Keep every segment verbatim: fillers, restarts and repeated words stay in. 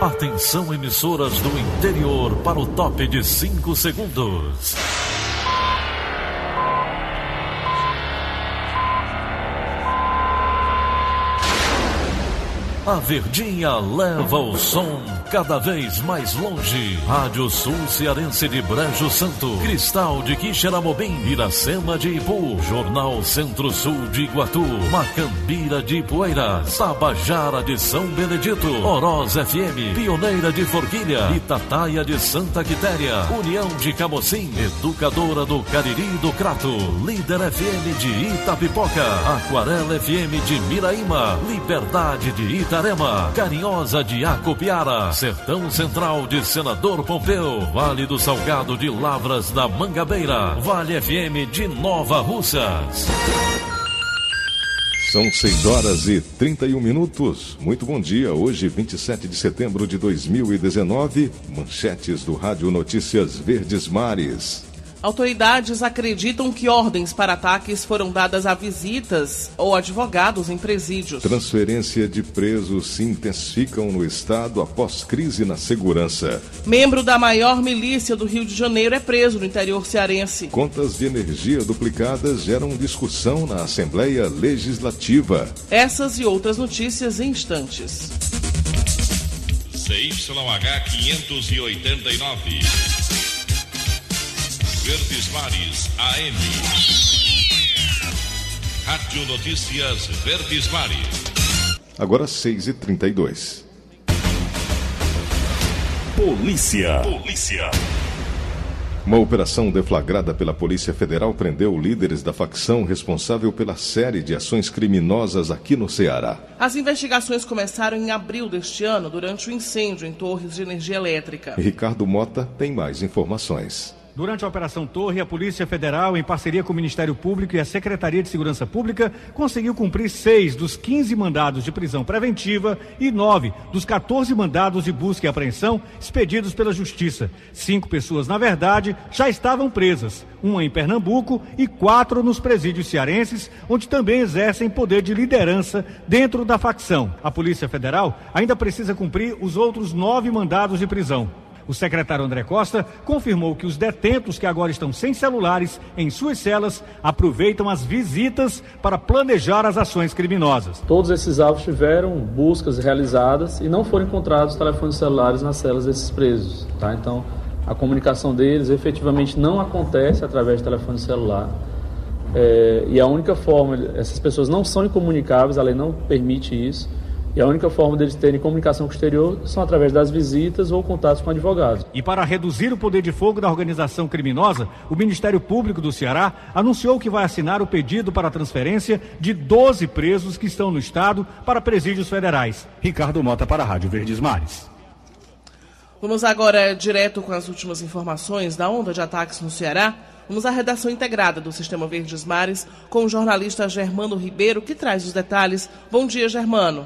Atenção, emissoras do interior, para o top de cinco segundos. A Verdinha leva o som cada vez mais longe. Rádio Sul Cearense de Brejo Santo, Cristal de Quixeramobim, Iracema de Ipu, Jornal Centro-Sul de Iguatu, Macambira de Ipueiras, Tabajara de São Benedito, Oroz F M, Pioneira de Forquilha, Itataia de Santa Quitéria, União de Camocim, Educadora do Cariri do Crato, Líder F M de Itapipoca, Aquarela F M de Miraíma, Liberdade de Itapipoca, Itarema, Carinhosa de Acopiara, Sertão Central de Senador Pompeu, Vale do Salgado de Lavras da Mangabeira, Vale F M de Nova Russas. São seis horas e trinta e um minutos. Muito bom dia. Hoje, vinte e sete de setembro de dois mil e dezenove. Manchetes do Rádio Notícias Verdes Mares. Autoridades acreditam que ordens para ataques foram dadas a visitas ou advogados em presídios. Transferência de presos se intensificam no estado após crise na segurança. Membro da maior milícia do Rio de Janeiro é preso no interior cearense. Contas de energia duplicadas geram discussão na Assembleia Legislativa. Essas e outras notícias em instantes. C Y H quinhentos e oitenta e nove. Verdes Mares A M. Rádio Notícias Verdes Mares. Agora seis e trinta e dois. Polícia. Polícia. Uma operação deflagrada pela Polícia Federal prendeu líderes da facção responsável pela série de ações criminosas aqui no Ceará. As investigações começaram em abril deste ano, durante o incêndio em torres de energia elétrica. Ricardo Mota tem mais informações. Durante a Operação Torre, a Polícia Federal, em parceria com o Ministério Público e a Secretaria de Segurança Pública, conseguiu cumprir seis dos quinze mandados de prisão preventiva e nove dos quatorze mandados de busca e apreensão expedidos pela Justiça. Cinco pessoas, na verdade, já estavam presas, uma em Pernambuco e quatro nos presídios cearenses, onde também exercem poder de liderança dentro da facção. A Polícia Federal ainda precisa cumprir os outros nove mandados de prisão. O secretário André Costa confirmou que os detentos que agora estão sem celulares em suas celas aproveitam as visitas para planejar as ações criminosas. Todos esses alvos tiveram buscas realizadas e não foram encontrados telefones celulares nas celas desses presos. Tá? Então, a comunicação deles efetivamente não acontece através de telefone celular. É, e a única forma, essas pessoas não são incomunicáveis, a lei não permite isso. E a única forma deles terem comunicação com o exterior são através das visitas ou contatos com advogados. E para reduzir o poder de fogo da organização criminosa, o Ministério Público do Ceará anunciou que vai assinar o pedido para a transferência de doze presos que estão no estado para presídios federais. Ricardo Mota para a Rádio Verdes Mares. Vamos agora direto com as últimas informações da onda de ataques no Ceará. Vamos à redação integrada do Sistema Verdes Mares com o jornalista Germano Ribeiro, que traz os detalhes. Bom dia, Germano.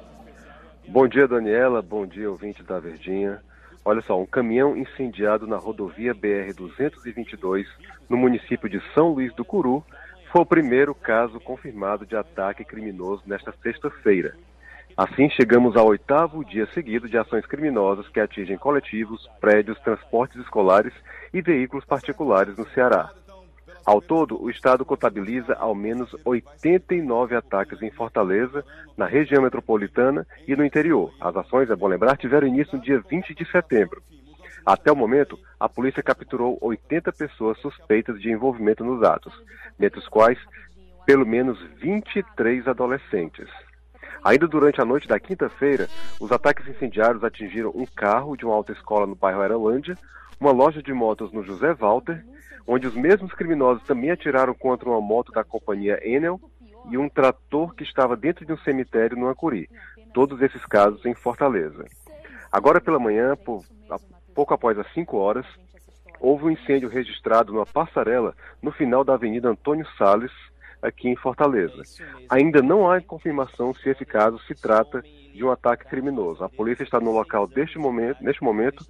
Bom dia, Daniela. Bom dia, ouvinte da Verdinha. Olha só, um caminhão incendiado na rodovia B R duzentos e vinte e dois, no município de São Luís do Curu, foi o primeiro caso confirmado de ataque criminoso nesta sexta-feira. Assim, chegamos ao oitavo dia seguido de ações criminosas que atingem coletivos, prédios, transportes escolares e veículos particulares no Ceará. Ao todo, o Estado contabiliza ao menos oitenta e nove ataques em Fortaleza, na região metropolitana e no interior. As ações, é bom lembrar, tiveram início no dia vinte de setembro. Até o momento, a polícia capturou oitenta pessoas suspeitas de envolvimento nos atos, dentre os quais, pelo menos vinte e três adolescentes. Ainda durante a noite da quinta-feira, os ataques incendiários atingiram um carro de uma autoescola no bairro Aerolândia, uma loja de motos no José Walter, onde os mesmos criminosos também atiraram contra uma moto da companhia Enel e um trator que estava dentro de um cemitério no Ancuri. Todos esses casos em Fortaleza. Agora pela manhã, por, pouco após as cinco horas, houve um incêndio registrado numa passarela no final da Avenida Antônio Salles, aqui em Fortaleza. Ainda não há confirmação se esse caso se trata de um ataque criminoso. A polícia está no local deste momento, neste momento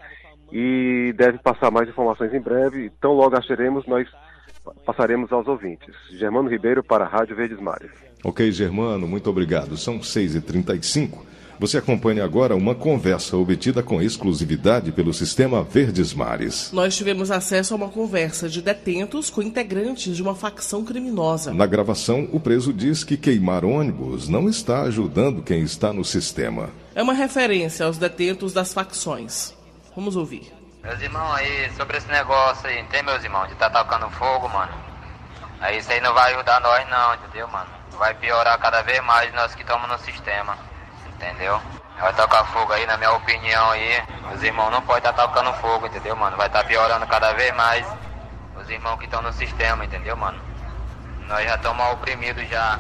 e deve passar mais informações em breve. Tão logo acharemos, nós passaremos aos ouvintes. Germano Ribeiro para a Rádio Verdes Mares. Ok, Germano, muito obrigado. São seis e trinta e cinco. Você acompanha agora uma conversa obtida com exclusividade pelo Sistema Verdes Mares. Nós tivemos acesso a uma conversa de detentos com integrantes de uma facção criminosa. Na gravação, o preso diz que queimar ônibus não está ajudando quem está no sistema. É uma referência aos detentos das facções. Vamos ouvir. Meus irmãos, aí, sobre esse negócio aí, não tem, meus irmãos, de tá tocando fogo, mano? Aí isso aí não vai ajudar nós não, entendeu, mano? Vai piorar cada vez mais nós que estamos no sistema, entendeu? Vai tocar fogo aí, na minha opinião aí, os irmãos não podem estar tá tocando fogo, entendeu, mano? Vai estar tá piorando cada vez mais os irmãos que estão no sistema, entendeu, mano? Nós já estamos oprimidos já,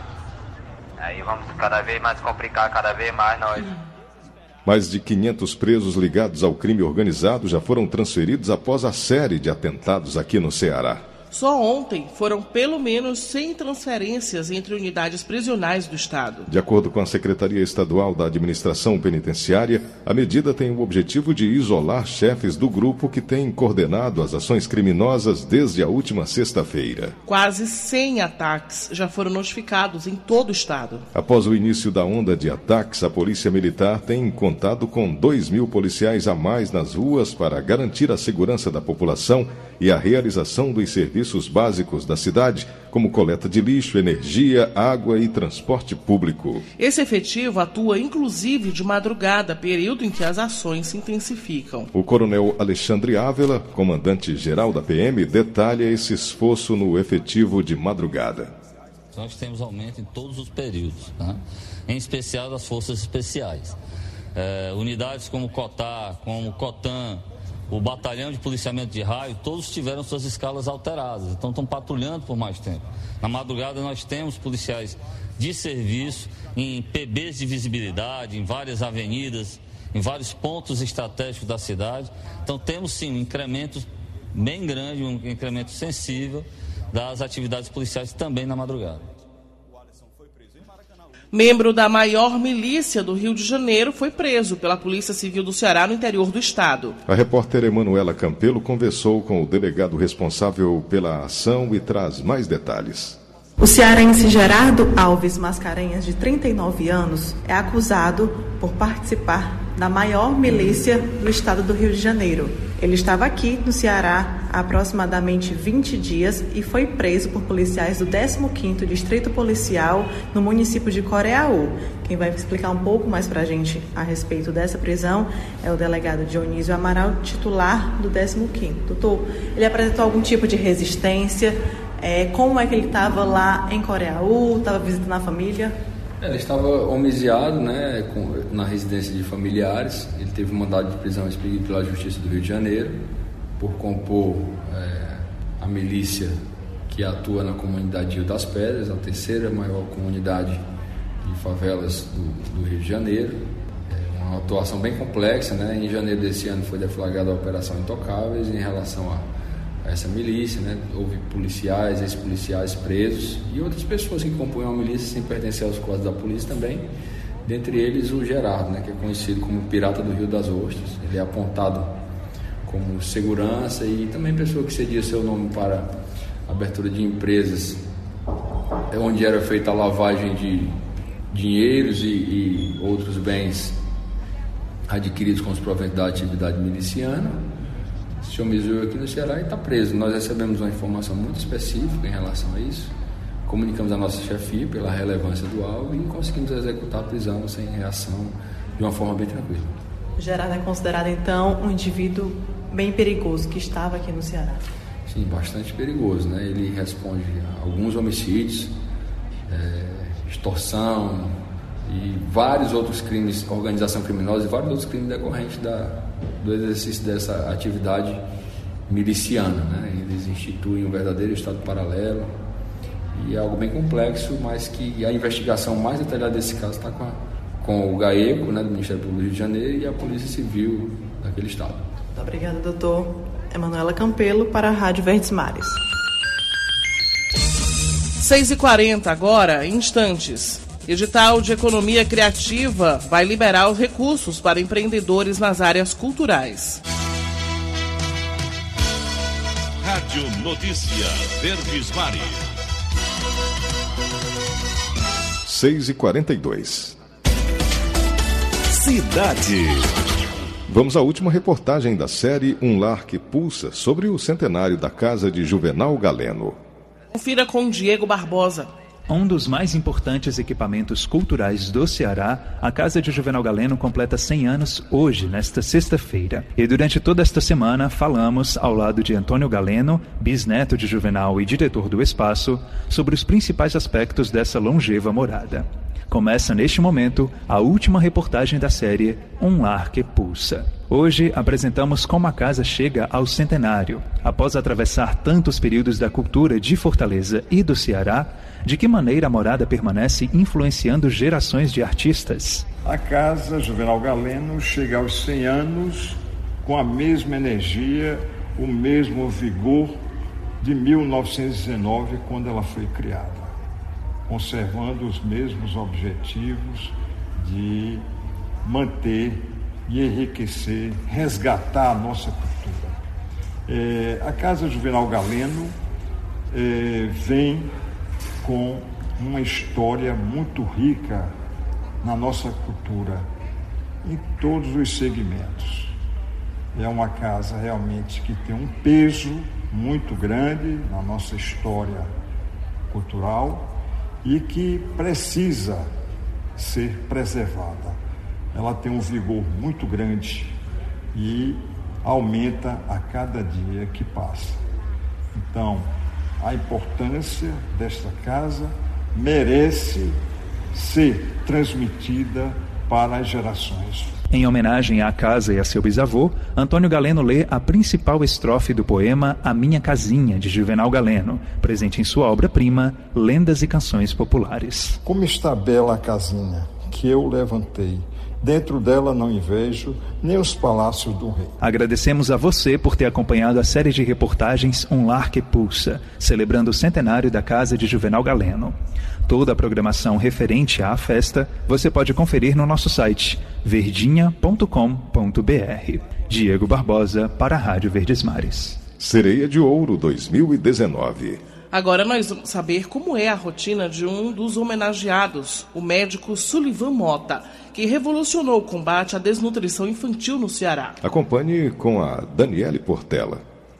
aí vamos cada vez mais complicar, cada vez mais nós. Mais de quinhentos presos ligados ao crime organizado já foram transferidos após a série de atentados aqui no Ceará. Só ontem foram pelo menos cem transferências entre unidades prisionais do Estado. De acordo com a Secretaria Estadual da Administração Penitenciária, a medida tem o objetivo de isolar chefes do grupo que têm coordenado as ações criminosas desde a última sexta-feira. Quase cem ataques já foram notificados em todo o Estado. Após o início da onda de ataques, a Polícia Militar tem contado com dois mil policiais a mais nas ruas para garantir a segurança da população e a realização dos serviços básicos da cidade, como coleta de lixo, energia, água e transporte público. Esse efetivo atua inclusive de madrugada, período em que as ações se intensificam. O coronel Alexandre Ávila, comandante-geral da P M, detalha esse esforço no efetivo de madrugada. Nós temos aumento em todos os períodos, tá? Em especial das forças especiais. É, unidades como Cotá, como Cotan, o batalhão de policiamento de raio, todos tiveram suas escalas alteradas, então estão patrulhando por mais tempo. Na madrugada nós temos policiais de serviço em P Bs de visibilidade, em várias avenidas, em vários pontos estratégicos da cidade. Então temos sim um incremento bem grande, um incremento sensível das atividades policiais também na madrugada. Membro da maior milícia do Rio de Janeiro foi preso pela Polícia Civil do Ceará no interior do estado. A repórter Emanuela Campelo conversou com o delegado responsável pela ação e traz mais detalhes. O cearense Gerardo Alves Mascarenhas, de trinta e nove anos, é acusado por participar da maior milícia do estado do Rio de Janeiro. Ele estava aqui no Ceará há aproximadamente vinte dias e foi preso por policiais do décimo quinto Distrito Policial no município de Coreaú. Quem vai explicar um pouco mais para a gente a respeito dessa prisão é o delegado Dionísio Amaral, titular do décimo quinto. Doutor, ele apresentou algum tipo de resistência? É, como é que ele estava lá em Coreaú? Estava visitando a família? Ele estava homiziado, né, com, na residência de familiares. Ele teve um mandado de prisão expedido pela Justiça do Rio de Janeiro por compor é, a milícia que atua na comunidade Rio das Pedras, a terceira maior comunidade de favelas do, do Rio de Janeiro. É uma atuação bem complexa, né? Em janeiro desse ano foi deflagrada a Operação Intocáveis em relação a essa milícia, né? Houve policiais, ex-policiais presos e outras pessoas que compunham a milícia sem pertencer aos quadros da polícia também, dentre eles o Gerardo, né? Que é conhecido como Pirata do Rio das Ostras. Ele é apontado como segurança e também pessoa que cedia seu nome para abertura de empresas onde era feita a lavagem de dinheiros e, e outros bens adquiridos com os proventos da atividade miliciana. Se homizou aqui no Ceará e está preso. Nós recebemos uma informação muito específica em relação a isso, comunicamos a nossa chefia pela relevância do alvo e conseguimos executar a prisão sem reação, de uma forma bem tranquila. O Gerardo é considerado, então, um indivíduo bem perigoso que estava aqui no Ceará. Sim, bastante perigoso, né? Ele responde a alguns homicídios, é, extorsão e vários outros crimes, organização criminosa e vários outros crimes decorrentes da do exercício dessa atividade miliciana, né? Eles instituem um verdadeiro estado paralelo e é algo bem complexo, mas que a investigação mais detalhada desse caso está com, com o GAECO, né, do Ministério Público do Rio de Janeiro, e a Polícia Civil daquele estado. Muito obrigada, doutor. Emanuela Campelo para a Rádio Verdes Mares. seis e quarenta agora, em instantes. Edital de Economia Criativa vai liberar os recursos para empreendedores nas áreas culturais. Rádio Notícia Verdes Mares. seis e quarenta e dois. Cidade. Vamos à última reportagem da série Um Lar que Pulsa, sobre o centenário da casa de Juvenal Galeno. Confira com Diego Barbosa. Um dos mais importantes equipamentos culturais do Ceará, a Casa de Juvenal Galeno completa cem anos hoje, nesta sexta-feira. E durante toda esta semana falamos, ao lado de Antônio Galeno, bisneto de Juvenal e diretor do espaço, sobre os principais aspectos dessa longeva morada. Começa neste momento a última reportagem da série Um Lar que Pulsa. Hoje apresentamos como a casa chega ao centenário. Após atravessar tantos períodos da cultura de Fortaleza e do Ceará, de que maneira a morada permanece influenciando gerações de artistas? A Casa Juvenal Galeno chega aos cem anos com a mesma energia, o mesmo vigor de mil novecentos e dezenove, quando ela foi criada, conservando os mesmos objetivos de manter e enriquecer, resgatar a nossa cultura. É, a Casa Juvenal Galeno é, vem com uma história muito rica na nossa cultura, em todos os segmentos. É uma casa realmente que tem um peso muito grande na nossa história cultural e que precisa ser preservada. Ela tem um vigor muito grande e aumenta a cada dia que passa. Então, a importância desta casa merece ser transmitida para as gerações. Em homenagem à casa e a seu bisavô, Antônio Galeno lê a principal estrofe do poema A Minha Casinha, de Juvenal Galeno, presente em sua obra-prima, Lendas e Canções Populares. Como está bela a casinha que eu levantei, dentro dela não invejo nem os palácios do rei. Agradecemos a você por ter acompanhado a série de reportagens Um Lar que Pulsa, celebrando o centenário da casa de Juvenal Galeno. Toda a programação referente à festa você pode conferir no nosso site verdinha ponto com ponto br. Diego Barbosa para a Rádio Verdes Mares. Sereia de Ouro dois mil e dezenove. Agora nós vamos saber como é a rotina de um dos homenageados, o médico Sullivan Mota, que revolucionou o combate à desnutrição infantil no Ceará. Acompanhe com a Daniele Portela.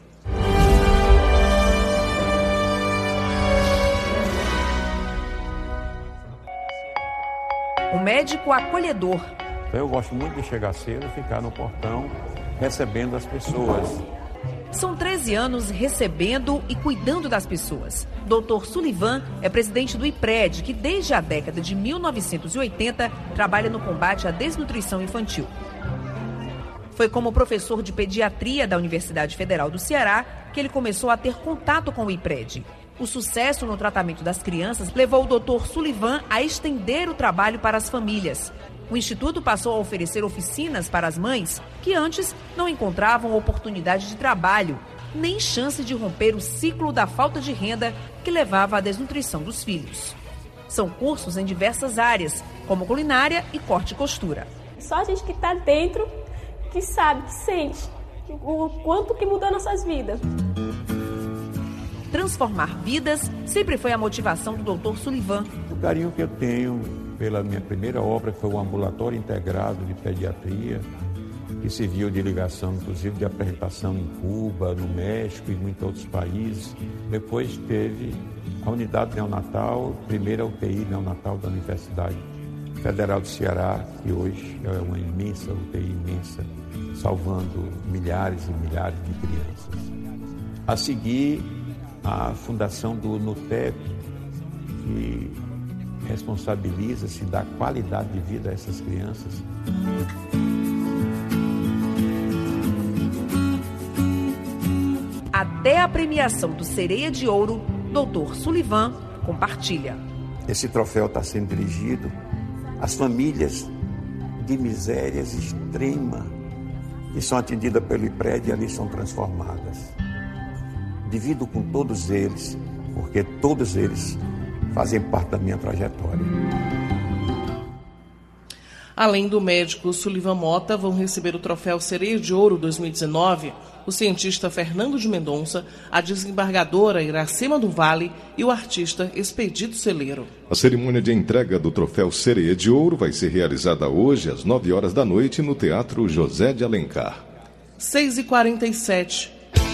O médico acolhedor. Eu gosto muito de chegar cedo, ficar no portão, recebendo as pessoas. São treze anos recebendo e cuidando das pessoas. doutor Sullivan é presidente do IPRED, que desde a década de mil novecentos e oitenta trabalha no combate à desnutrição infantil. Foi como professor de pediatria da Universidade Federal do Ceará que ele começou a ter contato com o IPRED. O sucesso no tratamento das crianças levou o doutor Sullivan a estender o trabalho para as famílias. O Instituto passou a oferecer oficinas para as mães que antes não encontravam oportunidade de trabalho, nem chance de romper o ciclo da falta de renda que levava à desnutrição dos filhos. São cursos em diversas áreas, como culinária e corte e costura. Só a gente que está dentro, que sabe, que sente o quanto que mudou nossas vidas. Transformar vidas sempre foi a motivação do doutor Sullivan. O carinho que eu tenho pela minha primeira obra, que foi o Ambulatório Integrado de Pediatria, que serviu de ligação, inclusive, de apresentação em Cuba, no México e em muitos outros países. Depois teve a unidade neonatal, primeira U T I neonatal da Universidade Federal do Ceará, que hoje é uma imensa U T I, imensa, salvando milhares e milhares de crianças. A seguir, a fundação do NUTEP, que responsabiliza-se da qualidade de vida a essas crianças. Até a premiação do Sereia de Ouro, doutor Sullivan compartilha. Esse troféu está sendo dirigido às famílias de misérias extrema que são atendidas pelo IPRED e ali são transformadas. Divido com todos eles, porque todos eles fazem parte da minha trajetória. Além do médico Sullivan Mota, vão receber o troféu Sereia de Ouro dois mil e dezenove o cientista Fernando de Mendonça, a desembargadora Iracema do Vale e o artista Expedito Celeiro. A cerimônia de entrega do troféu Sereia de Ouro vai ser realizada hoje às nove horas da noite no Teatro José de Alencar. seis e quarenta e sete.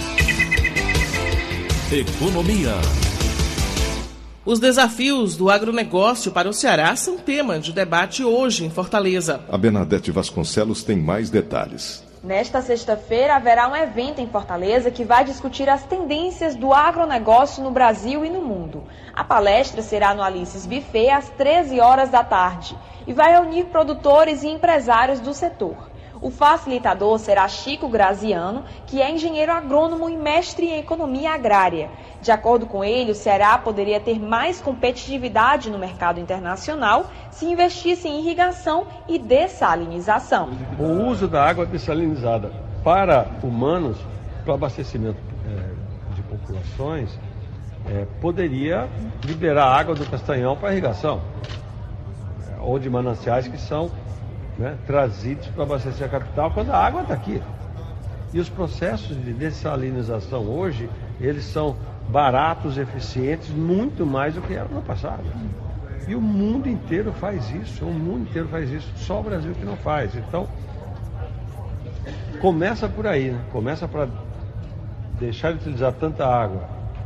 Economia. Os desafios do agronegócio para o Ceará são tema de debate hoje em Fortaleza. A Bernadette Vasconcelos tem mais detalhes. Nesta sexta-feira haverá um evento em Fortaleza que vai discutir as tendências do agronegócio no Brasil e no mundo. A palestra será no Alices Buffet às treze horas da tarde e vai reunir produtores e empresários do setor. O facilitador será Chico Graziano, que é engenheiro agrônomo e mestre em economia agrária. De acordo com ele, o Ceará poderia ter mais competitividade no mercado internacional se investisse em irrigação e dessalinização. O uso da água dessalinizada para humanos, para abastecimento é, de populações, é, poderia liberar água do Castanhão para irrigação, é, ou de mananciais que são Né, trazidos para abastecer a capital quando a água está aqui. E os processos de dessalinização hoje, eles são baratos, eficientes, muito mais do que eram no passado. E o mundo inteiro faz isso, o mundo inteiro faz isso, só o Brasil que não faz. Então, começa por aí, né? Começa para deixar de utilizar tanta água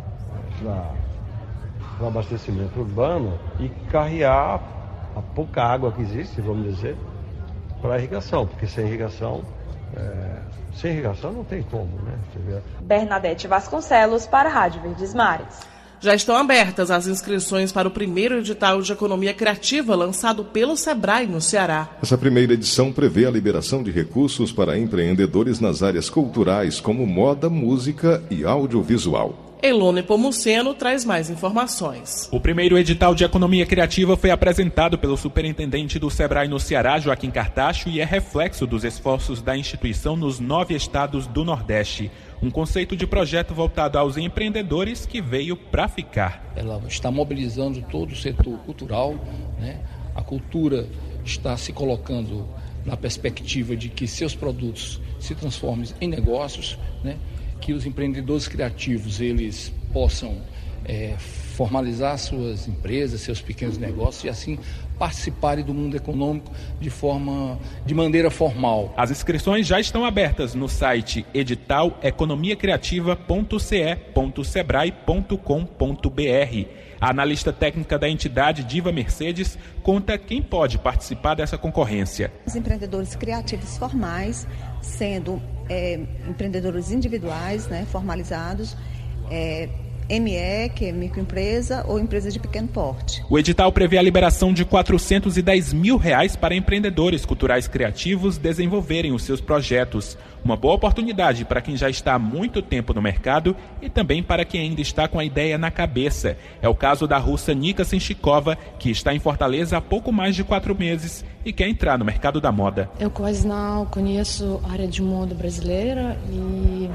para abastecimento urbano e carrear a pouca água que existe, vamos dizer, para a irrigação, porque sem irrigação, é, sem irrigação não tem como, né? Bernadette Vasconcelos para a Rádio Verdes Mares. Já estão abertas as inscrições para o primeiro edital de economia criativa lançado pelo Sebrae no Ceará. Essa primeira edição prevê a liberação de recursos para empreendedores nas áreas culturais como moda, música e audiovisual. Elone Pomuceno traz mais informações. O primeiro edital de economia criativa foi apresentado pelo superintendente do Sebrae no Ceará, Joaquim Cartacho, e é reflexo dos esforços da instituição nos nove estados do Nordeste. Um conceito de projeto voltado aos empreendedores que veio para ficar. Ela está mobilizando todo o setor cultural, né? A cultura está se colocando na perspectiva de que seus produtos se transformem em negócios, né? Que os empreendedores criativos eles possam é, formalizar suas empresas, seus pequenos negócios e assim participarem do mundo econômico de forma, de maneira formal. As inscrições já estão abertas no site edital economia criativa ponto c e ponto sebrae ponto com ponto b r. A analista técnica da entidade, Diva Mercedes, conta quem pode participar dessa concorrência. Os empreendedores criativos formais, sendo é, empreendedores individuais, né, formalizados, é, M E, que é microempresa, ou empresa de pequeno porte. O edital prevê a liberação de quatrocentos e dez mil reais para empreendedores culturais criativos desenvolverem os seus projetos. Uma boa oportunidade para quem já está há muito tempo no mercado e também para quem ainda está com a ideia na cabeça. É o caso da russa Nika Senchikova, que está em Fortaleza há pouco mais de quatro meses e quer entrar no mercado da moda. Eu quase não conheço a área de moda brasileira e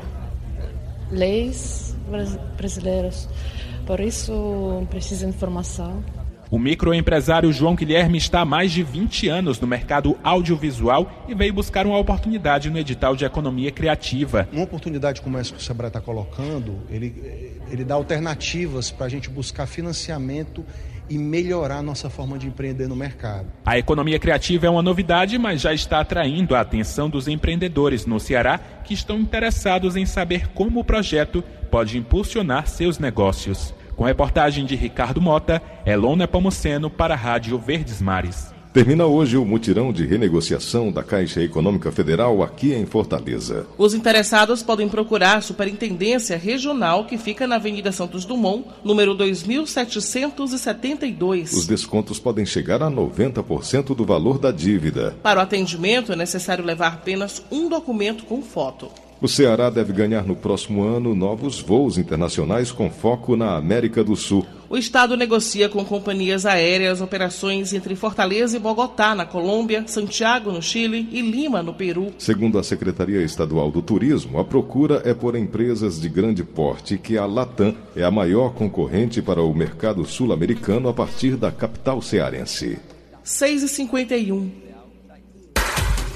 leis brasileiras, por isso preciso de informação. O microempresário João Guilherme está há mais de vinte anos no mercado audiovisual e veio buscar uma oportunidade no edital de economia criativa. Uma oportunidade como essa que o Sebrae está colocando, ele, ele dá alternativas para a gente buscar financiamento e melhorar nossa forma de empreender no mercado. A economia criativa é uma novidade, mas já está atraindo a atenção dos empreendedores no Ceará que estão interessados em saber como o projeto pode impulsionar seus negócios. Com reportagem de Ricardo Mota, Elona Pomuceno para a Rádio Verdes Mares. Termina hoje o mutirão de renegociação da Caixa Econômica Federal aqui em Fortaleza. Os interessados podem procurar a Superintendência Regional que fica na Avenida Santos Dumont, número dois mil setecentos e setenta e dois. Os descontos podem chegar a noventa por cento do valor da dívida. Para o atendimento é necessário levar apenas um documento com foto. O Ceará deve ganhar no próximo ano novos voos internacionais com foco na América do Sul. O Estado negocia com companhias aéreas operações entre Fortaleza e Bogotá, na Colômbia, Santiago, no Chile e Lima, no Peru. Segundo a Secretaria Estadual do Turismo, a procura é por empresas de grande porte que a Latam é a maior concorrente para o mercado sul-americano a partir da capital cearense. seis e cinquenta e um.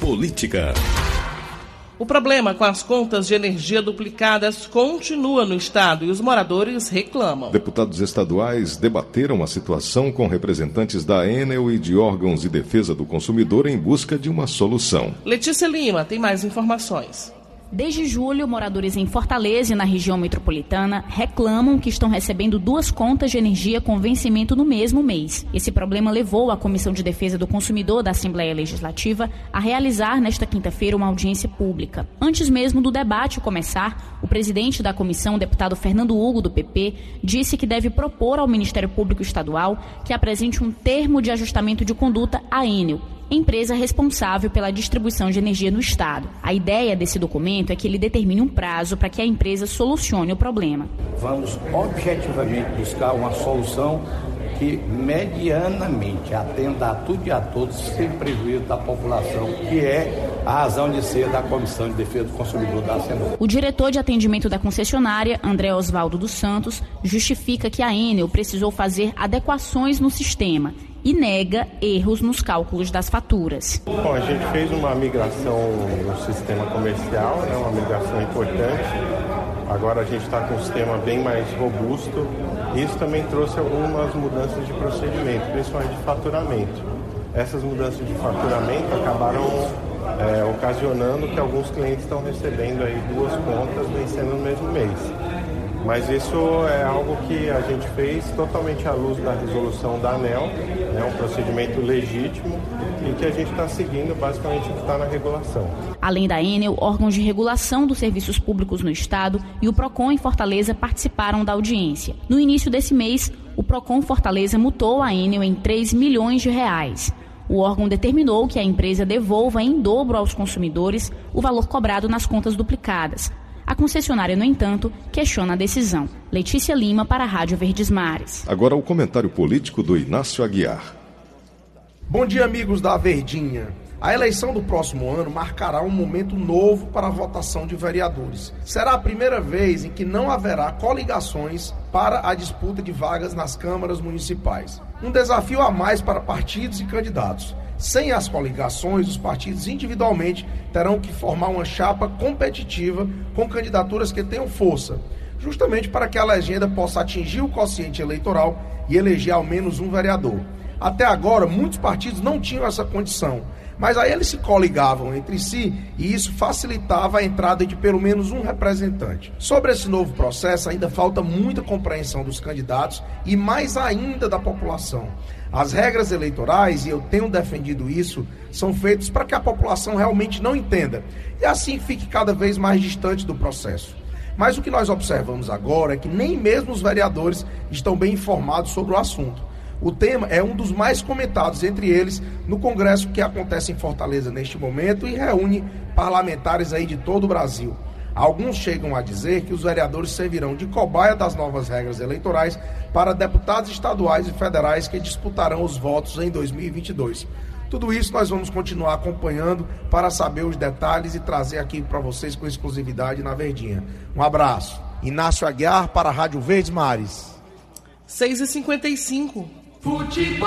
Política. O problema com as contas de energia duplicadas continua no estado e os moradores reclamam. Deputados estaduais debateram a situação com representantes da Enel e de órgãos de defesa do consumidor em busca de uma solução. Letícia Lima tem mais informações. Desde julho, moradores em Fortaleza e na região metropolitana reclamam que estão recebendo duas contas de energia com vencimento no mesmo mês. Esse problema levou a Comissão de Defesa do Consumidor da Assembleia Legislativa a realizar nesta quinta-feira uma audiência pública. Antes mesmo do debate começar, o presidente da comissão, o deputado Fernando Hugo, do P P, disse que deve propor ao Ministério Público Estadual que apresente um termo de ajustamento de conduta à Enel, empresa responsável pela distribuição de energia no estado. A ideia desse documento é que ele determine um prazo para que a empresa solucione o problema. Vamos objetivamente buscar uma solução que medianamente atenda a tudo e a todos, sem prejuízo da população, que é a razão de ser da Comissão de Defesa do Consumidor da Assembleia. O diretor de atendimento da concessionária, André Osvaldo dos Santos, justifica que a Enel precisou fazer adequações no sistema e nega erros nos cálculos das faturas. Bom, a gente fez uma migração no sistema comercial, né, uma migração importante. Agora a gente está com um sistema bem mais robusto. Isso também trouxe algumas mudanças de procedimento, principalmente de faturamento. Essas mudanças de faturamento acabaram é, ocasionando que alguns clientes estão recebendo aí duas contas vencendo no mesmo mês. Mas isso é algo que a gente fez totalmente à luz da resolução da ANEEL, é um procedimento legítimo e que a gente está seguindo basicamente o que está na regulação. Além da Enel, órgãos de regulação dos serviços públicos no estado e o Procon em Fortaleza participaram da audiência. No início desse mês, o Procon Fortaleza multou a Enel em três milhões de reais. O órgão determinou que a empresa devolva em dobro aos consumidores o valor cobrado nas contas duplicadas. A concessionária, no entanto, questiona a decisão. Letícia Lima para a Rádio Verdes Mares. Agora o comentário político do Inácio Aguiar. Bom dia, amigos da Verdinha. A eleição do próximo ano marcará um momento novo para a votação de vereadores. Será a primeira vez em que não haverá coligações para a disputa de vagas nas câmaras municipais. Um desafio a mais para partidos e candidatos. Sem as coligações, os partidos individualmente terão que formar uma chapa competitiva com candidaturas que tenham força, justamente para que a legenda possa atingir o quociente eleitoral e eleger ao menos um vereador. Até agora, muitos partidos não tinham essa condição, mas aí eles se coligavam entre si e isso facilitava a entrada de pelo menos um representante. Sobre esse novo processo, ainda falta muita compreensão dos candidatos e mais ainda da população. As regras eleitorais, e eu tenho defendido isso, são feitas para que a população realmente não entenda e assim fique cada vez mais distante do processo. Mas o que nós observamos agora é que nem mesmo os vereadores estão bem informados sobre o assunto. O tema é um dos mais comentados entre eles no congresso que acontece em Fortaleza neste momento e reúne parlamentares aí de todo o Brasil. Alguns chegam a dizer que os vereadores servirão de cobaia das novas regras eleitorais para deputados estaduais e federais que disputarão os votos em dois mil e vinte e dois. Tudo isso nós vamos continuar acompanhando para saber os detalhes e trazer aqui para vocês com exclusividade na Verdinha. Um abraço. Inácio Aguiar para a Rádio Verdes Mares. seis e cinquenta e cinco. Futebol.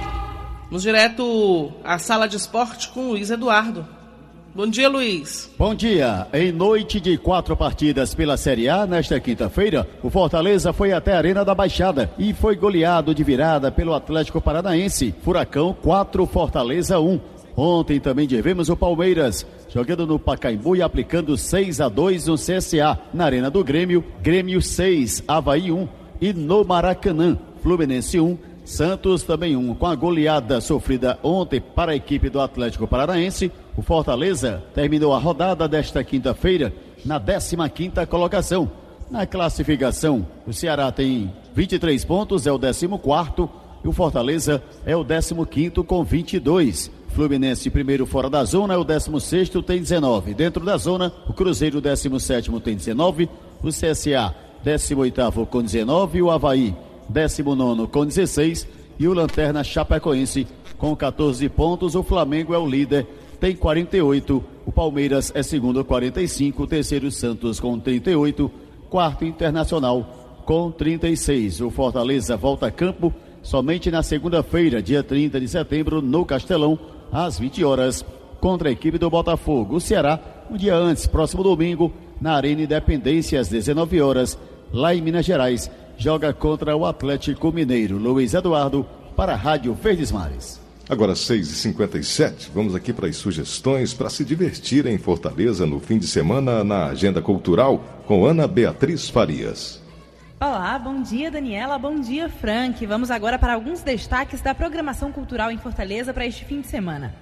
Vamos direto à sala de esporte com Luiz Eduardo. Bom dia, Luiz. Bom dia. Em noite de quatro partidas pela Série A, nesta quinta-feira, o Fortaleza foi até a Arena da Baixada e foi goleado de virada pelo Atlético Paranaense. Furacão quatro, Fortaleza um. Ontem também tivemos o Palmeiras jogando no Pacaembu e aplicando seis a dois no C S A. Na Arena do Grêmio, Grêmio seis, Avaí um. E no Maracanã, Fluminense um. Santos também um. Com a goleada sofrida ontem para a equipe do Atlético Paranaense, o Fortaleza terminou a rodada desta quinta-feira na décima quinta colocação. Na classificação, o Ceará tem vinte e três pontos, é o décimo quarto, e o Fortaleza é o décimo quinto com vinte e dois. Fluminense, primeiro fora da zona, é o décimo sexto, tem dezenove. Dentro da zona, o Cruzeiro, décimo sétimo, tem dezenove. O C S A, décimo oitavo com dezenove. O Avaí, décimo nono com dezesseis. E o Lanterna Chapecoense com catorze pontos. O Flamengo é o líder, tem quarenta e oito. O Palmeiras é segundo, quarenta e cinco. O terceiro, Santos, com trinta e oito. Quarto, Internacional, com trinta e seis. O Fortaleza volta a campo somente na segunda-feira, dia trinta de setembro, no Castelão, às vinte horas, contra a equipe do Botafogo. O Ceará, um dia antes, próximo domingo, na Arena Independência, às dezenove horas, lá em Minas Gerais, joga contra o Atlético Mineiro. Luiz Eduardo, para a Rádio Verdes Mares. Agora seis e cinquenta e sete, vamos aqui para as sugestões para se divertir em Fortaleza no fim de semana na Agenda Cultural com Ana Beatriz Farias. Olá, bom dia Daniela, bom dia Frank. Vamos agora para alguns destaques da programação cultural em Fortaleza para este fim de semana.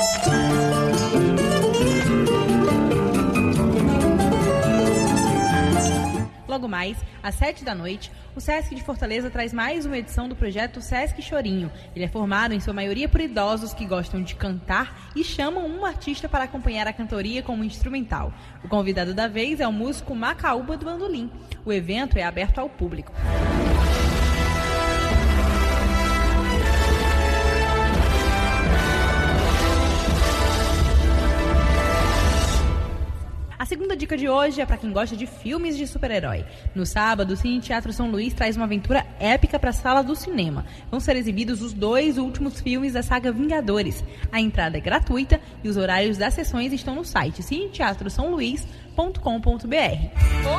Logo mais, às sete da noite, o Sesc de Fortaleza traz mais uma edição do projeto Sesc Chorinho. Ele é formado, em sua maioria, por idosos que gostam de cantar e chamam um artista para acompanhar a cantoria como instrumental. O convidado da vez é o músico Macaúba do Bandolim. O evento é aberto ao público. A segunda dica de hoje é para quem gosta de filmes de super-herói. No sábado, o Cine Teatro São Luís traz uma aventura épica para a sala do cinema. Vão ser exibidos os dois últimos filmes da saga Vingadores. A entrada é gratuita e os horários das sessões estão no site cine teatro são luís ponto com ponto b r.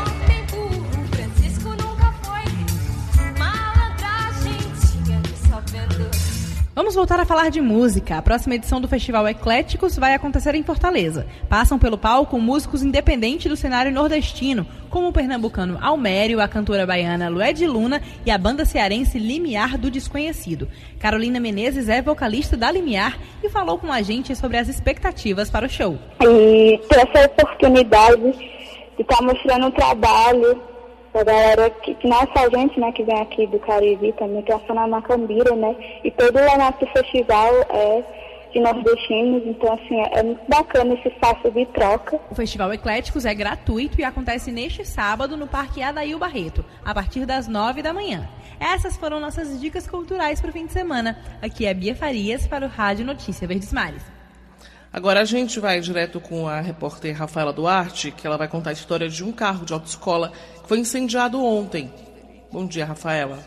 Vamos voltar a falar de música. A próxima edição do Festival Ecléticos vai acontecer em Fortaleza. Passam pelo palco músicos independentes do cenário nordestino, como o pernambucano Almério, a cantora baiana Lued Luna e a banda cearense Limiar do Desconhecido. Carolina Menezes é vocalista da Limiar e falou com a gente sobre as expectativas para o show. E ter essa oportunidade de estar mostrando um trabalho da galera que, que não é só a gente, né, que vem aqui do Cariri, também tem a Sona Macambira, né, e todo o lenço do festival é de nordestinos, então assim, é, é muito bacana esse espaço de troca. O Festival Ecléticos é gratuito e acontece neste sábado no Parque Adail Barreto, a partir das nove da manhã. Essas foram nossas dicas culturais para o fim de semana. Aqui é a Bia Farias para o Rádio Notícia Verdes Mares. Agora a gente vai direto com a repórter Rafaela Duarte, que ela vai contar a história de um carro de autoescola que foi incendiado ontem. Bom dia, Rafaela.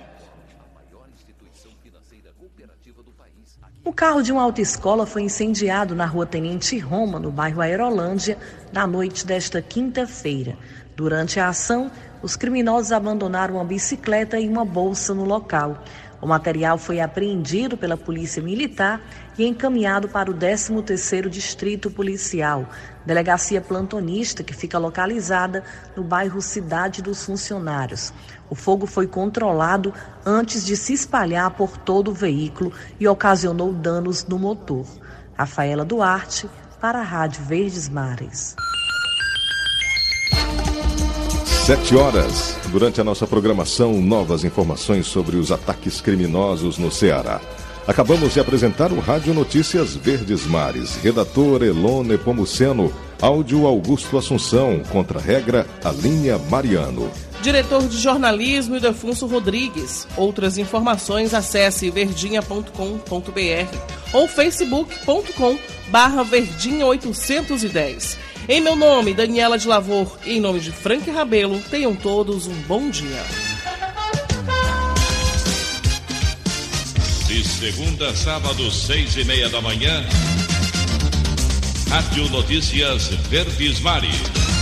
O carro de uma autoescola foi incendiado na rua Tenente Roma, no bairro Aerolândia, na noite desta quinta-feira. Durante a ação, os criminosos abandonaram uma bicicleta e uma bolsa no local. O material foi apreendido pela Polícia Militar e encaminhado para o décimo terceiro Distrito Policial, delegacia plantonista que fica localizada no bairro Cidade dos Funcionários. O fogo foi controlado antes de se espalhar por todo o veículo e ocasionou danos no motor. Rafaela Duarte, para a Rádio Verdes Mares. Sete horas. Durante a nossa programação, novas informações sobre os ataques criminosos no Ceará. Acabamos de apresentar o Rádio Notícias Verdes Mares. Redator Elon Nepomuceno. Áudio Augusto Assunção. Contra-regra Alinha Mariano. Diretor de jornalismo Ildefonso Rodrigues. Outras informações, acesse verdinha ponto com ponto b r ou facebook ponto com barra verdinha oitocentos e dez. Em meu nome, Daniela de Lavor, e em nome de Frank Rabelo, tenham todos um bom dia. De segunda a sábado, seis e meia da manhã, Rádio Notícias Verdes Mares.